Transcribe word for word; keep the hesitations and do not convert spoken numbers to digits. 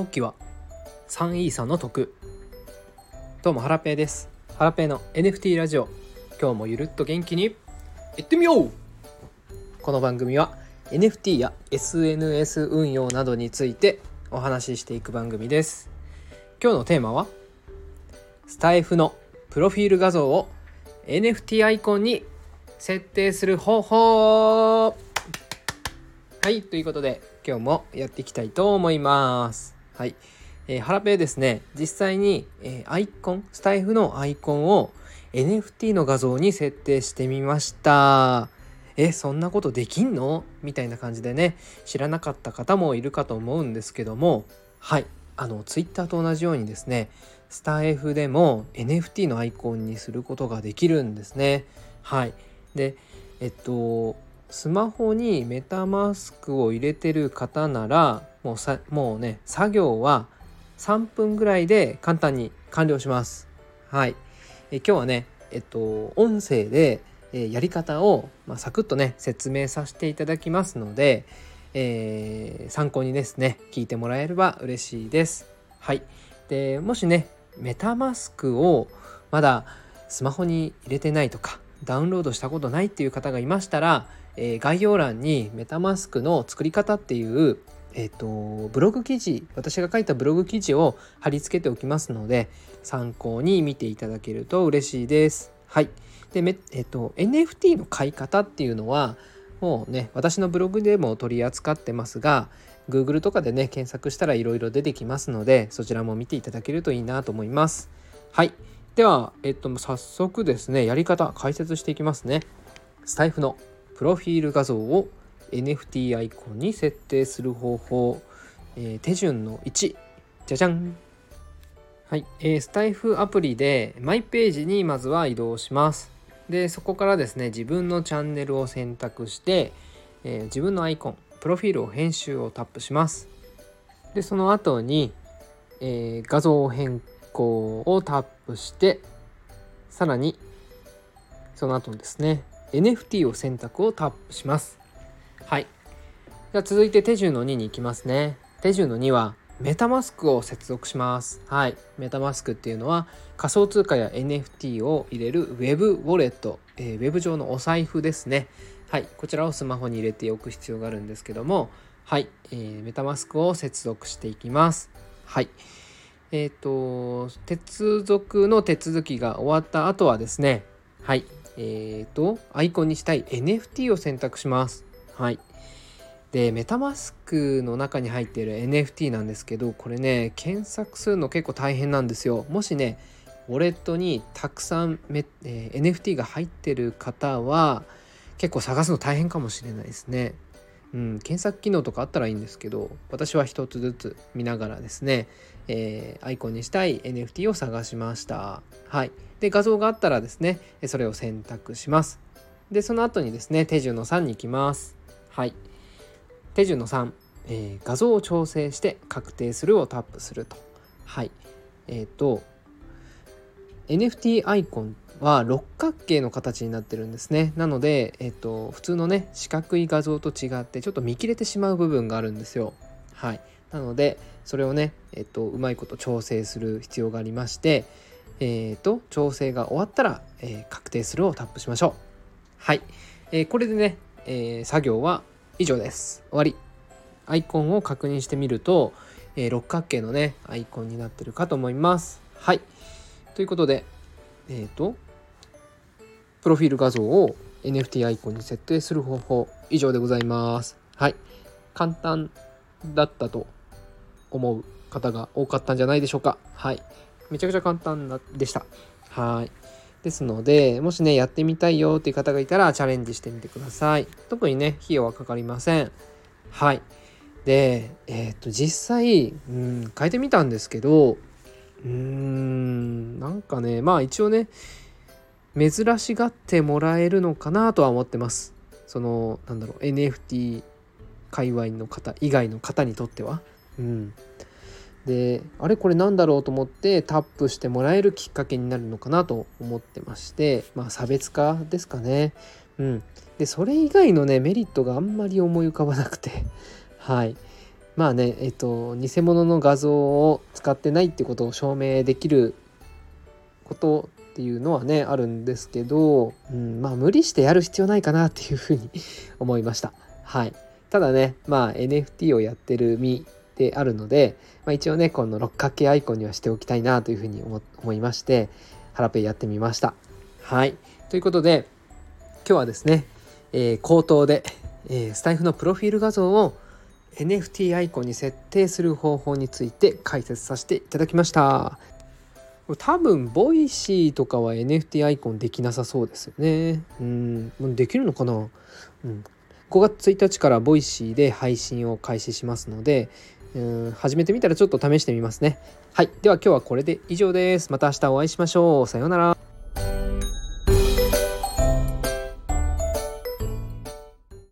直樹はさんイーサの得。どうもハラペーです。ハラペーの エヌエフティー ラジオ、今日もゆるっと元気にいってみよう。この番組は エヌエフティー や エスエヌエス 運用などについてお話ししていく番組です。今日のテーマはスタイフのプロフィール画像を エヌエフティー アイコンに設定する方法。はい、ということで今日もやっていきたいと思います。はい、えー、ハラペーですね、実際に、えー、アイコンスタイフのアイコンを エヌエフティー の画像に設定してみました。えそんなことできんのみたいな感じでね、知らなかった方もいるかと思うんですけども、はいあのツイッターと同じようにですね、スタイフでも エヌエフティー のアイコンにすることができるんですね。はいでえっとスマホにメタマスクを入れてる方ならもうさもうね作業はさんぷんぐらいで簡単に完了します。はいえ今日はねえっと音声でえやり方を、まあ、サクッとね説明させていただきますので、えー、参考にですね聞いてもらえれば嬉しいです。はいでもしねメタマスクをまだスマホに入れてないとかダウンロードしたことないっていう方がいましたら、えー、概要欄にメタマスクの作り方っていう、えーと、ブログ記事、私が書いたブログ記事を貼り付けておきますので参考に見ていただけると嬉しいです。はいで、えーと、エヌエフティー の買い方っていうのはもうね私のブログでも取り扱ってますが Google とかでね検索したらいろいろ出てきますのでそちらも見ていただけるといいなと思います。はいでは、えっと、早速ですねやり方解説していきますね。スタイフのプロフィール画像を エヌエフティー アイコンに設定する方法、えー、手順のいち、じゃじゃん。はい、えー、スタイフアプリでマイページにまずは移動します。でそこからですね自分のチャンネルを選択して、えー、自分のアイコンプロフィールを編集をタップします。でその後に、えー、画像変更をタップしてさらにその後にですね エヌエフティー を選択をタップします。はいでは続いて手順のにに行きますね。手順のにはメタマスクを接続します。はいメタマスクっていうのは仮想通貨や エヌエフティー を入れるウェブウォレット、えー、ウェブ上のお財布ですね。はいこちらをスマホに入れておく必要があるんですけども、はい、えー、メタマスクを接続していきます。はいえっと接続の手続きが終わった後はですね、はいえっとアイコンにしたい エヌエフティー を選択します。はいでメタマスクの中に入っている エヌエフティー なんですけど、これね検索するの結構大変なんですよ。もしねウォレットにたくさんメ、えー、エヌエフティー が入ってる方は結構探すの大変かもしれないですね。うん、検索機能とかあったらいいんですけど、私は一つずつ見ながらですね、えー、アイコンにしたい エヌエフティー を探しました。はいで画像があったらですねそれを選択します。でその後にですね手順のさんに行きます。はい手順のさん、えー、画像を調整して確定するをタップすると。はいえっ、ー、と エヌエフティー アイコンは六角形の形になってるんですね。なので、えっと、普通のね四角い画像と違ってちょっと見切れてしまう部分があるんですよ。はいなのでそれをね、えっと、うまいこと調整する必要がありまして、えっと、調整が終わったら、えー、確定するをタップしましょう。はい、えー、これでね、えー、作業は以上です。終わり。アイコンを確認してみると、えー、六角形のねアイコンになってるかと思います。はいということで、えっと、プロフィール画像を エヌエフティー アイコンに設定する方法、以上でございます。はい。簡単だったと思う方が多かったんじゃないでしょうか。はい。めちゃくちゃ簡単でした。はい。ですので、もしね、やってみたいよっていう方がいたらチャレンジしてみてください。特にね、費用はかかりません。はい。で、えっと、実際、うん、変えてみたんですけど、うーんなんかねまあ一応ね珍しがってもらえるのかなとは思ってます。そのなんだろう エヌエフティー 界隈の方以外の方にとっては。うんであれこれなんだろうと思ってタップしてもらえるきっかけになるのかなと思ってまして、まあ差別化ですかね。うんでそれ以外のねメリットがあんまり思い浮かばなくてはいまあねえっと偽物の画像を使ってないってことを証明できることっていうのはねあるんですけど、うん、まあ無理してやる必要ないかなっていうふうに思いました。はい。ただねまあ エヌエフティー をやってる身であるので、まあ、一応ねこの六角形アイコンにはしておきたいなというふうに 思, 思いましてハラペイやってみました。はい。ということで今日はですね、えー、口頭で、えー、スタイフのプロフィール画像を エヌエフティー アイコンに設定する方法について解説させていただきました。多分ボイシーとかは エヌエフティー アイコンできなさそうですよね。うんできるのかな、うん、ごがつついたちからボイシーで配信を開始しますので、うん始めてみたらちょっと試してみますね。はい。では今日はこれで以上です。また明日お会いしましょう。さようなら。